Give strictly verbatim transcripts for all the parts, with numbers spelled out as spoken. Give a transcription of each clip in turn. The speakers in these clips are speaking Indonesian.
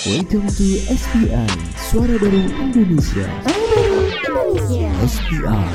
Welcome to S P I, Suara Baru Indonesia. Indonesia. S P I.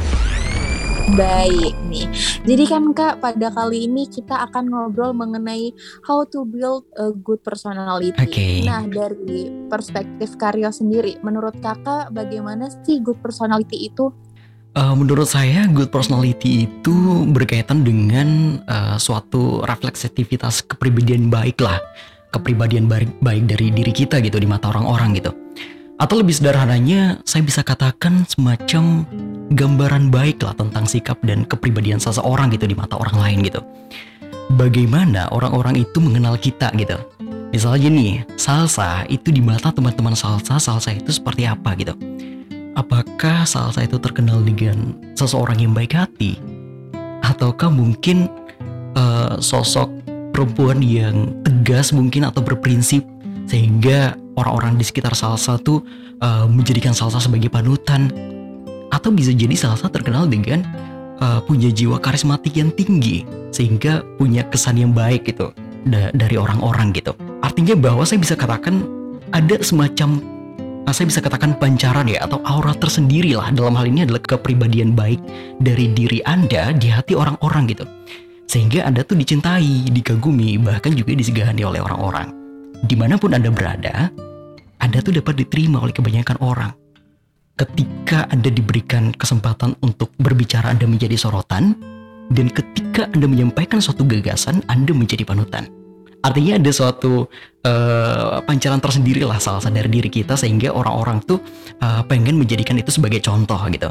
Baik nih, jadi kan Kak, pada kali ini kita akan ngobrol mengenai how to build a good personality. Okay. Nah, dari perspektif Karyo sendiri, menurut Kakak bagaimana sih good personality itu? Uh, menurut saya good personality itu berkaitan dengan uh, suatu refleksivitas kepribadian baik lah, kepribadian baik, baik dari diri kita gitu di mata orang-orang gitu. Atau lebih sederhananya, saya bisa katakan semacam gambaran baik lah tentang sikap dan kepribadian seseorang gitu di mata orang lain gitu. Bagaimana orang-orang itu mengenal kita gitu. Misalnya nih, Salsa itu di mata teman-teman Salsa, Salsa itu seperti apa gitu. Apakah Salsa itu terkenal dengan seseorang yang baik hati? Ataukah mungkin uh, sosok perempuan yang tegas mungkin atau berprinsip sehingga orang-orang di sekitar Salsa tuh uh, menjadikan Salsa sebagai panutan? Atau bisa jadi Salsa terkenal dengan uh, punya jiwa karismatik yang tinggi sehingga punya kesan yang baik gitu da- dari orang-orang gitu. Artinya bahwa saya bisa katakan ada semacam Nah, saya bisa katakan pancaran ya atau aura tersendiri lah dalam hal ini adalah kepribadian baik dari diri Anda di hati orang-orang gitu. Sehingga Anda tuh dicintai, dikagumi, bahkan juga disegani oleh orang-orang. Dimanapun Anda berada, Anda tuh dapat diterima oleh kebanyakan orang. Ketika Anda diberikan kesempatan untuk berbicara, Anda menjadi sorotan. Dan ketika Anda menyampaikan suatu gagasan, Anda menjadi panutan. Artinya ada suatu uh, pancaran tersendiri lah salah satu dari diri kita sehingga orang-orang tuh uh, pengen menjadikan itu sebagai contoh gitu.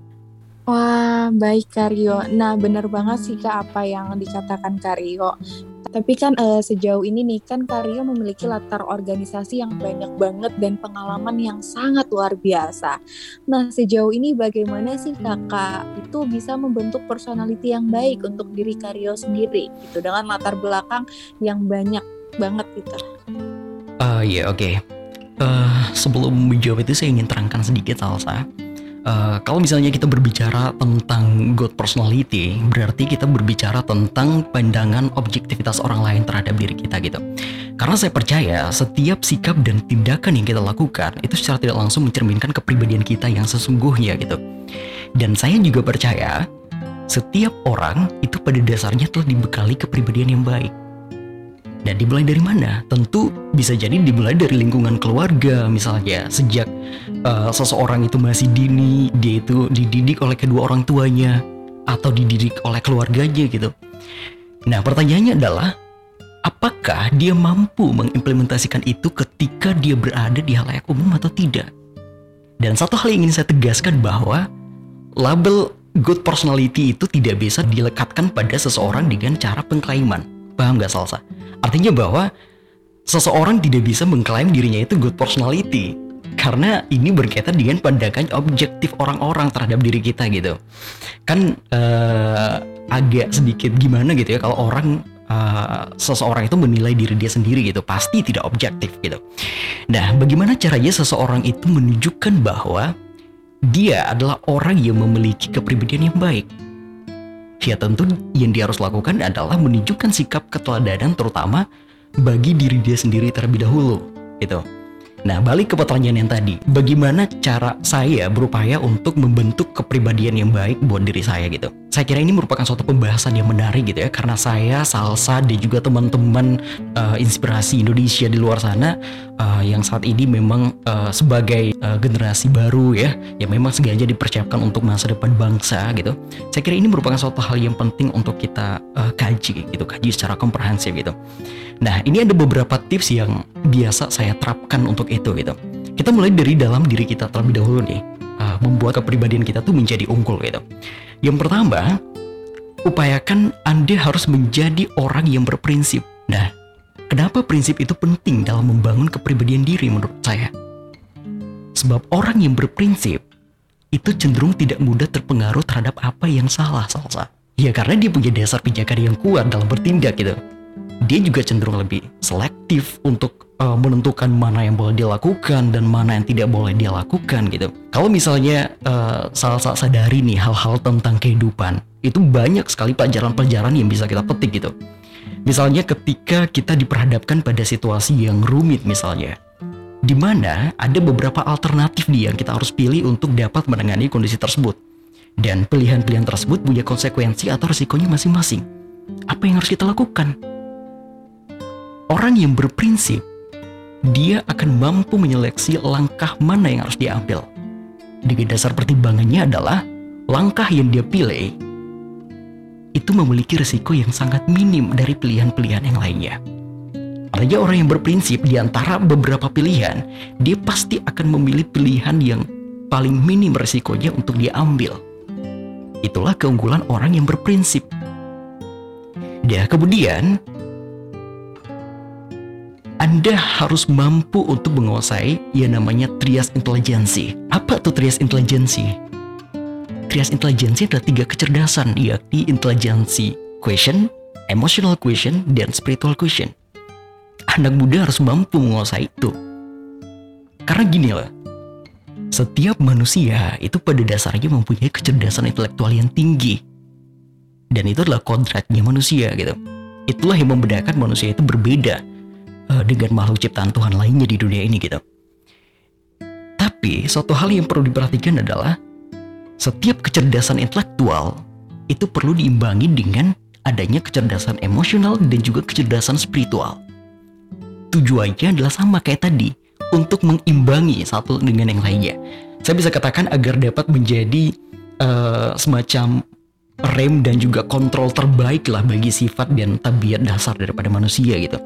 Wah, baik Karyo. Nah, benar banget sih Kak apa yang dikatakan Karyo. Tapi kan uh, sejauh ini nih kan Karyo memiliki latar organisasi yang banyak banget dan pengalaman yang sangat luar biasa. Nah, sejauh ini bagaimana sih Kakak itu bisa membentuk personality yang baik untuk diri Karyo sendiri gitu dengan latar belakang yang banyak banget gitu. Uh, ya yeah, oke. Okay. Uh, sebelum menjawab itu saya ingin terangkan sedikit Salsa. Uh, kalau misalnya kita berbicara tentang good personality, berarti kita berbicara tentang pandangan objektivitas orang lain terhadap diri kita gitu. Karena saya percaya setiap sikap dan tindakan yang kita lakukan itu secara tidak langsung mencerminkan kepribadian kita yang sesungguhnya gitu. Dan saya juga percaya setiap orang itu pada dasarnya telah dibekali kepribadian yang baik. Dan dimulai dari mana? Tentu bisa jadi dimulai dari lingkungan keluarga misalnya. Sejak uh, seseorang itu masih dini, dia itu dididik oleh kedua orang tuanya atau dididik oleh keluarganya gitu. Nah pertanyaannya adalah, apakah dia mampu mengimplementasikan itu ketika dia berada di halayak umum atau tidak? Dan satu hal yang ingin saya tegaskan bahwa label good personality itu tidak bisa dilekatkan pada seseorang dengan cara pengklaiman. Paham gak Salsa? Artinya bahwa seseorang tidak bisa mengklaim dirinya itu good personality karena ini berkaitan dengan pandangan objektif orang-orang terhadap diri kita gitu. Kan uh, agak sedikit gimana gitu ya kalau orang uh, seseorang itu menilai diri dia sendiri gitu, pasti tidak objektif gitu. Nah, bagaimana caranya seseorang itu menunjukkan bahwa dia adalah orang yang memiliki kepribadian yang baik? Ya tentu yang dia harus lakukan adalah menunjukkan sikap keteladanan terutama bagi diri dia sendiri terlebih dahulu gitu. Nah balik ke pertanyaan yang tadi, bagaimana cara saya berupaya untuk membentuk kepribadian yang baik buat diri saya gitu. Saya kira ini merupakan suatu pembahasan yang menarik gitu ya, karena saya, Salsa dan juga teman-teman uh, inspirasi Indonesia di luar sana uh, yang saat ini memang uh, sebagai uh, generasi baru ya, yang memang sengaja dipersiapkan untuk masa depan bangsa gitu. Saya kira ini merupakan suatu hal yang penting untuk kita uh, kaji gitu, kaji secara komprehensif gitu. Nah ini ada beberapa tips yang biasa saya terapkan untuk itu gitu. Kita mulai dari dalam diri kita terlebih dahulu nih, uh, membuat kepribadian kita tuh menjadi unggul gitu. Yang pertama, upayakan Anda harus menjadi orang yang berprinsip. Nah, kenapa prinsip itu penting dalam membangun kepribadian diri menurut saya? Sebab orang yang berprinsip itu cenderung tidak mudah terpengaruh terhadap apa yang salah, Salsa. Ya karena dia punya dasar pijakan yang kuat dalam bertindak gitu. Dia juga cenderung lebih selektif untuk uh, menentukan mana yang boleh dia lakukan dan mana yang tidak boleh dia lakukan gitu. Kalau misalnya uh, Salsa sadari nih hal-hal tentang kehidupan, itu banyak sekali pelajaran-pelajaran yang bisa kita petik gitu. Misalnya ketika kita diperhadapkan pada situasi yang rumit misalnya, di mana ada beberapa alternatif nih yang kita harus pilih untuk dapat menangani kondisi tersebut. Dan pilihan-pilihan tersebut punya konsekuensi atau risikonya masing-masing. Apa yang harus kita lakukan? Orang yang berprinsip, dia akan mampu menyeleksi langkah mana yang harus diambil. Dengan dasar pertimbangannya adalah langkah yang dia pilih itu memiliki risiko yang sangat minim dari pilihan-pilihan yang lainnya. Artinya orang yang berprinsip di antara beberapa pilihan, dia pasti akan memilih pilihan yang paling minim risikonya untuk diambil. Itulah keunggulan orang yang berprinsip. Dan kemudian, Anda harus mampu untuk menguasai yang namanya trias intelijensi. Apa tuh trias intelijensi? Trias intelijensi adalah tiga kecerdasan, yakni intelijensi quotient, emotional quotient, dan spiritual quotient. Anak muda harus mampu menguasai itu. Karena gini loh, setiap manusia itu pada dasarnya mempunyai kecerdasan intelektual yang tinggi. Dan itu adalah kodratnya manusia gitu. Itulah yang membedakan manusia itu berbeda uh, dengan makhluk ciptaan Tuhan lainnya di dunia ini gitu. Tapi suatu hal yang perlu diperhatikan adalah setiap kecerdasan intelektual itu perlu diimbangi dengan adanya kecerdasan emosional dan juga kecerdasan spiritual. Tujuannya adalah sama kayak tadi, untuk mengimbangi satu dengan yang lainnya. Saya bisa katakan agar dapat menjadi uh, semacam rem dan juga kontrol terbaik lah bagi sifat dan tabiat dasar daripada manusia gitu.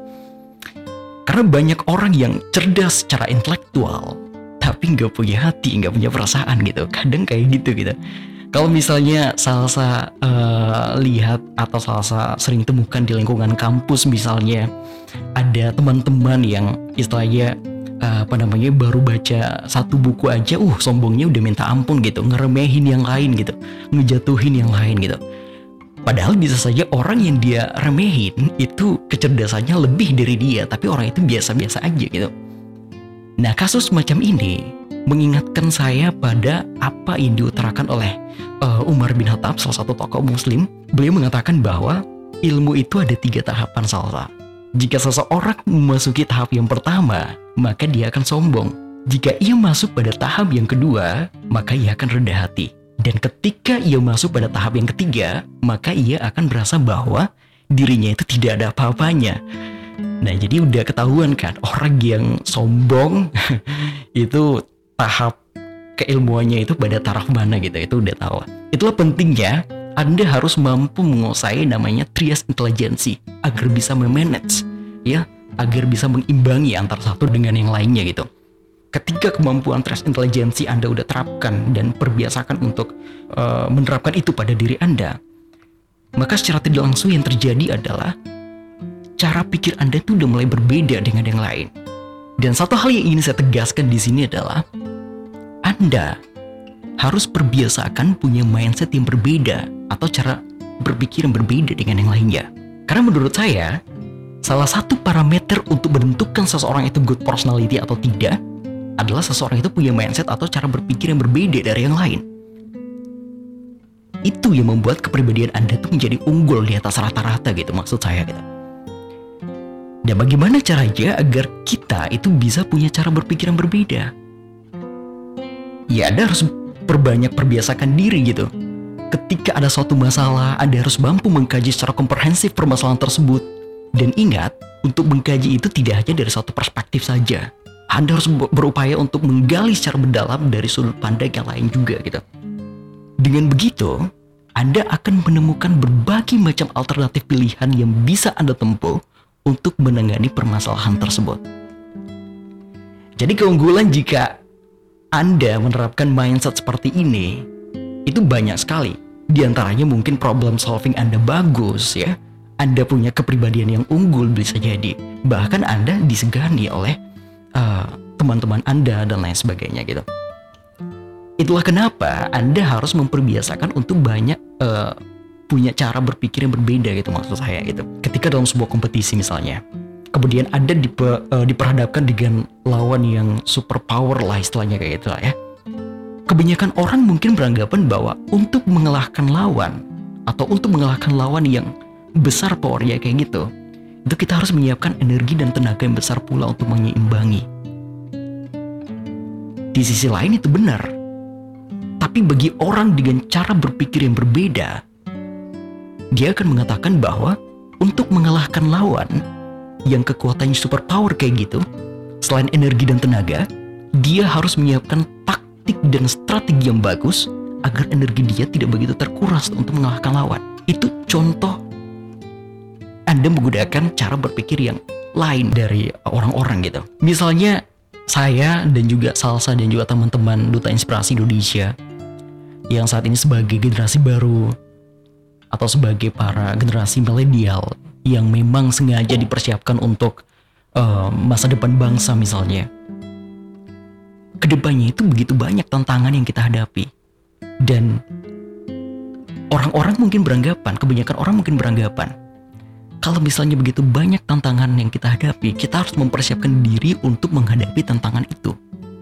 Karena banyak orang yang cerdas secara intelektual, tapi nggak punya hati, nggak punya perasaan gitu. Kadang kayak gitu gitu. Kalau misalnya Salsa uh, lihat atau Salsa sering temukan di lingkungan kampus misalnya, ada teman-teman yang istilahnya uh, apa namanya baru baca satu buku aja, uh sombongnya udah minta ampun gitu, ngeremehin yang lain gitu, ngejatuhin yang lain gitu. Padahal bisa saja orang yang dia remehin itu kecerdasannya lebih dari dia, tapi orang itu biasa-biasa aja gitu. Nah, kasus macam ini mengingatkan saya pada apa yang diutarakan oleh uh, Umar bin Khattab, salah satu tokoh muslim. Beliau mengatakan bahwa ilmu itu ada tiga tahapan Salsa. Jika seseorang memasuki tahap yang pertama, maka dia akan sombong. Jika ia masuk pada tahap yang kedua, maka ia akan rendah hati. Dan ketika ia masuk pada tahap yang ketiga, maka ia akan berasa bahwa dirinya itu tidak ada apa-apanya. Nah, jadi udah ketahuan kan, orang yang sombong itu tahap keilmuannya itu pada taraf mana gitu, itu udah tahu. Itulah pentingnya Anda harus mampu menguasai namanya trias intelijensi agar bisa memanage, ya, agar bisa mengimbangi antara satu dengan yang lainnya gitu. Ketika kemampuan trias intelijensi Anda udah terapkan dan perbiasakan untuk uh, menerapkan itu pada diri Anda, maka secara tidak langsung yang terjadi adalah cara pikir Anda itu udah mulai berbeda dengan yang lain. Dan satu hal yang ingin saya tegaskan di sini adalah Anda harus perbiasakan punya mindset yang berbeda atau cara berpikir yang berbeda dengan yang lainnya. Karena menurut saya, salah satu parameter untuk menentukan seseorang itu good personality atau tidak adalah seseorang itu punya mindset atau cara berpikir yang berbeda dari yang lain. Itu yang membuat kepribadian Anda itu menjadi unggul di atas rata-rata gitu, maksud saya gitu. Dan bagaimana caranya agar kita itu bisa punya cara berpikir yang berbeda? Ya, Anda harus perbanyak perbiasakan diri gitu. Ketika ada suatu masalah, Anda harus mampu mengkaji secara komprehensif permasalahan tersebut. Dan ingat, untuk mengkaji itu tidak hanya dari satu perspektif saja. Anda harus berupaya untuk menggali secara mendalam dari sudut pandang yang lain juga gitu. Dengan begitu, Anda akan menemukan berbagai macam alternatif pilihan yang bisa Anda tempuh untuk menangani permasalahan tersebut. Jadi keunggulan jika Anda menerapkan mindset seperti ini, itu banyak sekali. Di antaranya mungkin problem solving Anda bagus ya. Anda punya kepribadian yang unggul bisa jadi. Bahkan Anda disegani oleh uh, teman-teman Anda dan lain sebagainya gitu. Itulah kenapa Anda harus memperbiasakan untuk banyak uh, punya cara berpikir yang berbeda gitu, maksud saya gitu. Ketika dalam sebuah kompetisi misalnya, kemudian Anda dipe, uh, diperhadapkan dengan lawan yang super power lah istilahnya kayak gitu lah ya. Kebanyakan orang mungkin beranggapan bahwa untuk mengalahkan lawan atau untuk mengalahkan lawan yang besar powernya kayak gitu, itu kita harus menyiapkan energi dan tenaga yang besar pula untuk menyeimbangi. di sisi lain itu benar. Tapi bagi orang dengan cara berpikir yang berbeda, dia akan mengatakan bahwa untuk mengalahkan lawan yang kekuatannya super power kayak gitu, selain energi dan tenaga, dia harus menyiapkan taktik dan strategi yang bagus agar energi dia tidak begitu terkuras untuk mengalahkan lawan. Itu contoh Anda menggunakan cara berpikir yang lain dari orang-orang gitu. Misalnya saya dan juga Salsa dan juga teman-teman Duta Inspirasi Indonesia yang saat ini sebagai generasi baru atau sebagai para generasi milenial yang memang sengaja dipersiapkan untuk uh, masa depan bangsa misalnya. Kedepannya itu begitu banyak tantangan yang kita hadapi. Dan orang-orang mungkin beranggapan, kebanyakan orang mungkin beranggapan, kalau misalnya begitu banyak tantangan yang kita hadapi, kita harus mempersiapkan diri untuk menghadapi tantangan itu.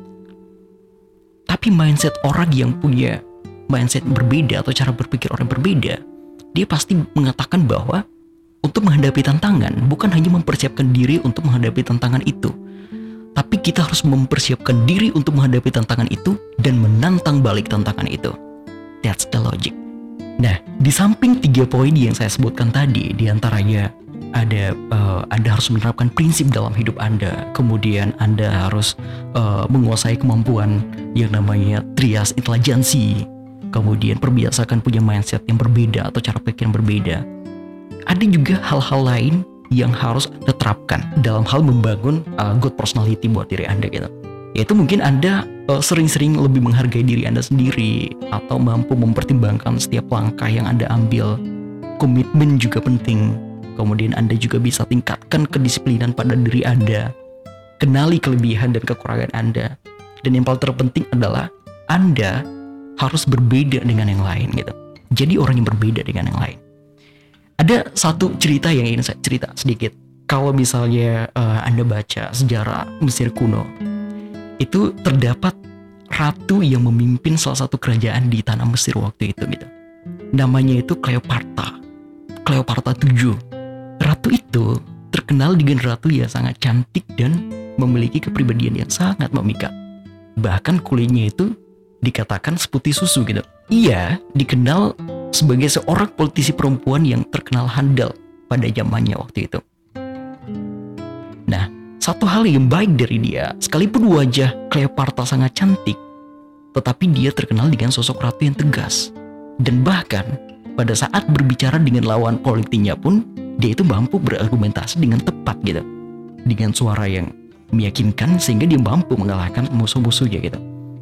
Tapi mindset orang yang punya mindset berbeda atau cara berpikir orang berbeda, dia pasti mengatakan bahwa untuk menghadapi tantangan bukan hanya mempersiapkan diri untuk menghadapi tantangan itu, tapi kita harus mempersiapkan diri untuk menghadapi tantangan itu dan menantang balik tantangan itu. That's the logic. Nah, di samping tiga poin yang saya sebutkan tadi, diantaranya ada uh, Anda harus menerapkan prinsip dalam hidup Anda, kemudian Anda harus uh, menguasai kemampuan yang namanya trias intelijensi, kemudian perbiasakan punya mindset yang berbeda atau cara pikir yang berbeda. Ada juga hal-hal lain yang harus Anda terapkan dalam hal membangun uh, good personality buat diri Anda gitu. Yaitu mungkin Anda uh, sering-sering lebih menghargai diri Anda sendiri atau mampu mempertimbangkan setiap langkah yang Anda ambil. Komitmen juga penting. Kemudian Anda juga bisa tingkatkan kedisiplinan pada diri Anda. Kenali kelebihan dan kekurangan Anda. Dan yang paling terpenting adalah Anda harus berbeda dengan yang lain gitu. Jadi orang yang berbeda dengan yang lain. Ada satu cerita yang ingin saya cerita sedikit. Kalau misalnya uh, Anda baca sejarah Mesir kuno, itu terdapat ratu yang memimpin salah satu kerajaan di tanah Mesir waktu itu gitu. Namanya itu Cleopatra. Cleopatra tujuh. Ratu itu terkenal dengan ratu yang sangat cantik dan memiliki kepribadian yang sangat memikat. Bahkan kulitnya itu dikatakan seputih susu gitu. Ia dikenal sebagai seorang politisi perempuan yang terkenal handal pada zamannya waktu itu. Nah, satu hal yang baik dari dia, sekalipun wajah Cleopatra sangat cantik, tetapi dia terkenal dengan sosok ratu yang tegas. Dan bahkan pada saat berbicara dengan lawan politiknya pun, dia itu mampu berargumentasi dengan tepat gitu, dengan suara yang meyakinkan sehingga dia mampu mengalahkan musuh-musuhnya gitu.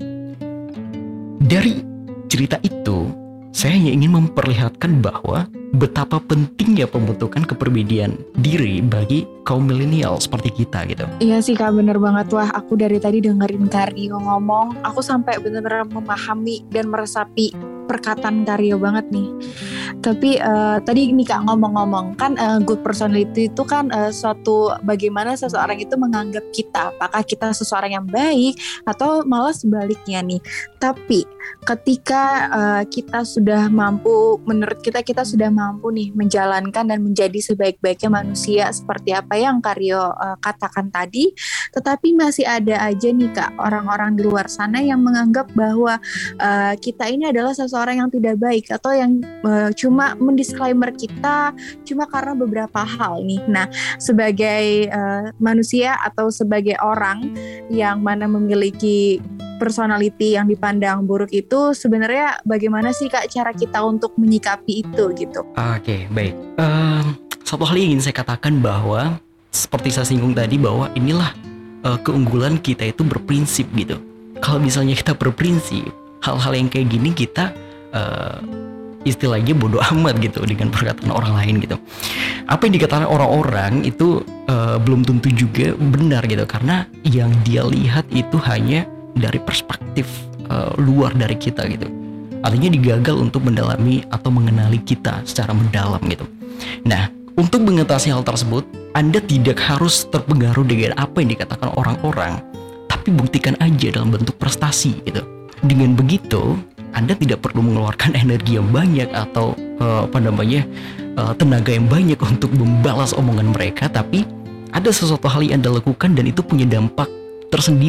Dari cerita itu, saya hanya ingin memperlihatkan bahwa betapa pentingnya pembentukan kepribadian diri bagi kaum milenial seperti kita gitu. Iya sih Kak, bener banget. Wah, aku dari tadi dengerin Kak Rio ngomong, aku sampai bener-bener memahami dan meresapi perkataan Kak Rio banget nih. Tapi uh, tadi nih Kak ngomong-ngomong, kan uh, good personality itu kan uh, suatu bagaimana seseorang itu menganggap kita, apakah kita seseorang yang baik atau malah sebaliknya nih. Tapi ketika uh, kita sudah mampu, menurut kita kita sudah mampu nih menjalankan dan menjadi sebaik-baiknya manusia seperti apa yang Kak Rio uh, katakan tadi, tetapi masih ada aja nih Kak orang-orang di luar sana yang menganggap bahwa uh, kita ini adalah seseorang yang tidak baik atau yang uh, cuma mendisklaimer kita cuma karena beberapa hal nih. Nah, sebagai uh, manusia atau sebagai orang yang mana memiliki personality yang dipandang buruk itu, sebenarnya bagaimana sih Kak cara kita untuk menyikapi itu gitu? Oke, okay, baik. Um, satu hal yang ingin saya katakan bahwa seperti saya singgung tadi bahwa inilah uh, keunggulan kita itu berprinsip gitu. Kalau misalnya kita berprinsip, hal-hal yang kayak gini kita uh, istilahnya bodoh amat gitu dengan perkataan orang lain gitu. Apa yang dikatakan orang-orang itu uh, belum tentu juga benar gitu, karena yang dia lihat itu hanya dari perspektif uh, luar dari kita gitu. Artinya digagal untuk mendalami atau mengenali kita secara mendalam gitu. Nah, untuk mengatasi hal tersebut, Anda tidak harus terpengaruh dengan apa yang dikatakan orang-orang, tapi buktikan aja dalam bentuk prestasi gitu. Dengan begitu, Anda tidak perlu mengeluarkan energi yang banyak atau uh, apa namanya uh, tenaga yang banyak untuk membalas omongan mereka, tapi ada sesuatu hal yang Anda lakukan dan itu punya dampak tersendiri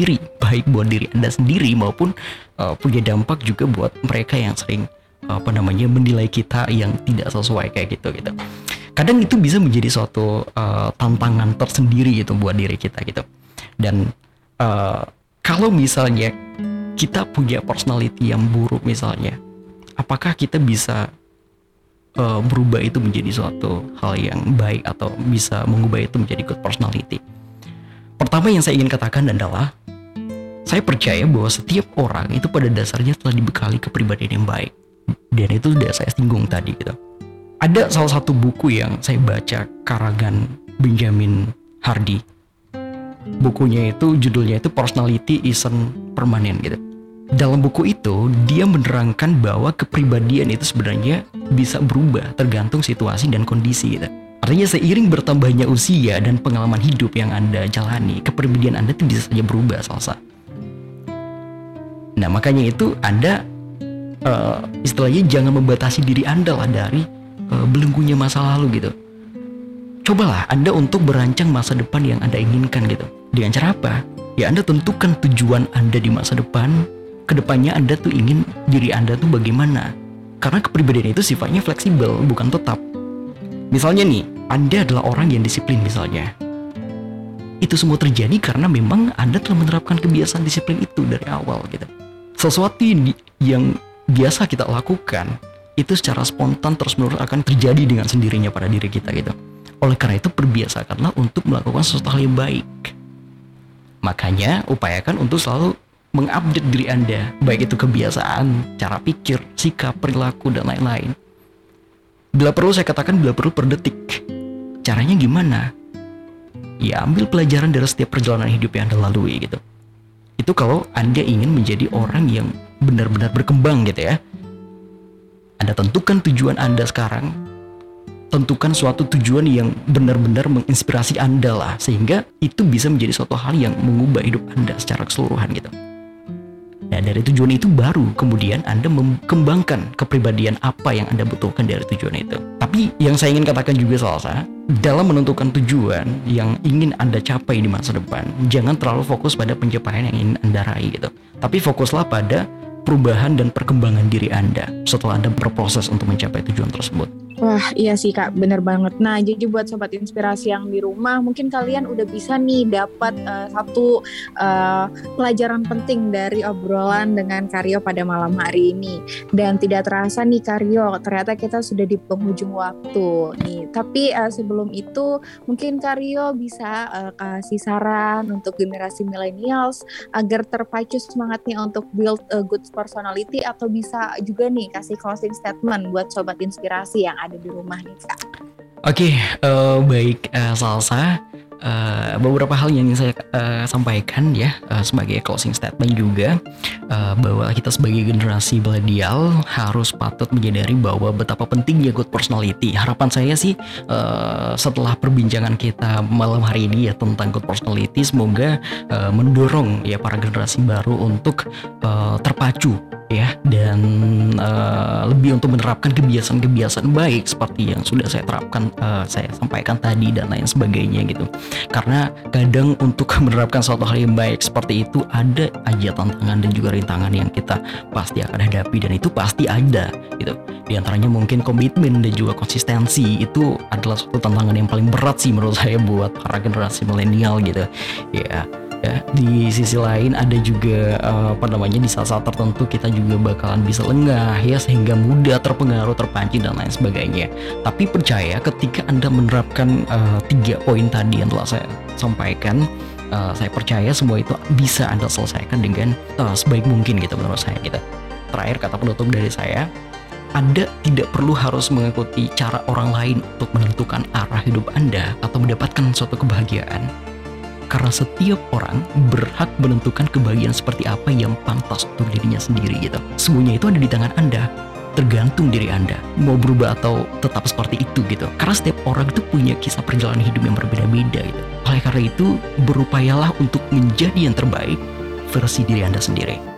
baik buat diri Anda sendiri maupun uh, punya dampak juga buat mereka yang sering uh, apa namanya menilai kita yang tidak sesuai kayak gitu gitu. Kadang itu bisa menjadi suatu uh, tantangan tersendiri gitu buat diri kita gitu. Dan uh, kalau misalnya kita punya personality yang buruk misalnya, apakah kita bisa uh, berubah itu menjadi suatu hal yang baik atau bisa mengubah itu menjadi good personality? Pertama yang saya ingin katakan adalah saya percaya bahwa setiap orang itu pada dasarnya telah dibekali kepribadian yang baik. Dan itu sudah saya singgung tadi gitu. Ada salah satu buku yang saya baca karangan Benjamin Hardy. Bukunya itu judulnya itu Personality Isn't Permanent gitu. Dalam buku itu dia menerangkan bahwa kepribadian itu sebenarnya bisa berubah tergantung situasi dan kondisi gitu. Artinya seiring bertambahnya usia dan pengalaman hidup yang Anda jalani, kepribadian Anda itu bisa saja berubah Salsa. Nah makanya itu Anda uh, istilahnya jangan membatasi diri Anda lah dari uh, belenggunya masa lalu gitu. Cobalah Anda untuk berancang masa depan yang Anda inginkan gitu. Dengan cara apa? Ya Anda tentukan tujuan Anda di masa depan. Kedepannya Anda tuh ingin diri Anda tuh bagaimana. Karena kepribadian itu sifatnya fleksibel, bukan tetap. Misalnya nih, Anda adalah orang yang disiplin misalnya. Itu semua terjadi karena memang Anda telah menerapkan kebiasaan disiplin itu dari awal gitu. Sesuatu yang, yang biasa kita lakukan, itu secara spontan terus-menerus akan terjadi dengan sendirinya pada diri kita gitu. Oleh karena itu perbiasakanlah untuk melakukan sesuatu hal yang baik. Makanya upayakan untuk selalu mengupdate diri Anda, baik itu kebiasaan, cara pikir, sikap, perilaku, dan lain-lain. Bila perlu saya katakan bila perlu per detik. Caranya gimana? Ya ambil pelajaran dari setiap perjalanan hidup yang Anda lalui gitu. Itu kalau Anda ingin menjadi orang yang benar-benar berkembang gitu ya. Anda tentukan tujuan Anda sekarang. Tentukan suatu tujuan yang benar-benar menginspirasi Anda lah. Sehingga itu bisa menjadi suatu hal yang mengubah hidup Anda secara keseluruhan gitu. Nah dari tujuan itu baru kemudian Anda mengembangkan kepribadian apa yang Anda butuhkan dari tujuan itu. Tapi yang saya ingin katakan juga Salsa, dalam menentukan tujuan yang ingin Anda capai di masa depan, jangan terlalu fokus pada pencapaian yang ingin Anda raih gitu. Tapi fokuslah pada perubahan dan perkembangan diri Anda setelah Anda berproses untuk mencapai tujuan tersebut. Wah iya sih Kak, bener banget. Nah jadi buat sobat inspirasi yang di rumah, mungkin kalian udah bisa nih dapat uh, satu uh, pelajaran penting dari obrolan dengan Karyo pada malam hari ini. Dan tidak terasa nih Karyo, ternyata kita sudah di penghujung waktu nih. Tapi uh, sebelum itu mungkin Karyo bisa uh, kasih saran untuk generasi millennials agar terpacu semangatnya untuk build a good personality, atau bisa juga nih kasih closing statement buat sobat inspirasi yang ada di rumah nih Kak. Oke, okay, uh, baik uh, Salsa. Uh, beberapa hal yang ingin saya uh, sampaikan ya uh, sebagai closing statement juga, uh, bahwa kita sebagai generasi milenial harus patut menyadari bahwa betapa pentingnya good personality. Harapan saya sih uh, setelah perbincangan kita malam hari ini ya tentang good personality, semoga uh, mendorong ya para generasi baru untuk uh, terpacu ya dan uh, lebih untuk menerapkan kebiasaan-kebiasaan baik seperti yang sudah saya terapkan, uh, saya sampaikan tadi dan lain sebagainya gitu. Karena kadang untuk menerapkan suatu hal yang baik seperti itu ada aja tantangan dan juga rintangan yang kita pasti akan hadapi, dan itu pasti ada gitu. Di antaranya mungkin komitmen dan juga konsistensi, itu adalah suatu tantangan yang paling berat sih menurut saya buat para generasi milenial gitu ya. Ya, di sisi lain ada juga uh, apa namanya di saat-saat tertentu kita juga bakalan bisa lengah ya, sehingga mudah terpengaruh, terpancing dan lain sebagainya. Tapi percaya ketika Anda menerapkan uh, tiga poin tadi yang telah saya sampaikan, uh, saya percaya semua itu bisa Anda selesaikan dengan uh, sebaik mungkin gitu menurut saya gitu. Terakhir kata penutup dari saya, Anda tidak perlu harus mengikuti cara orang lain untuk menentukan arah hidup Anda atau mendapatkan suatu kebahagiaan. Karena setiap orang berhak menentukan kebahagiaan seperti apa yang pantas untuk dirinya sendiri gitu. Semuanya itu ada di tangan Anda, tergantung diri Anda mau berubah atau tetap seperti itu gitu. Karena setiap orang itu punya kisah perjalanan hidup yang berbeda-beda gitu. Oleh karena itu, berupayalah untuk menjadi yang terbaik versi diri Anda sendiri.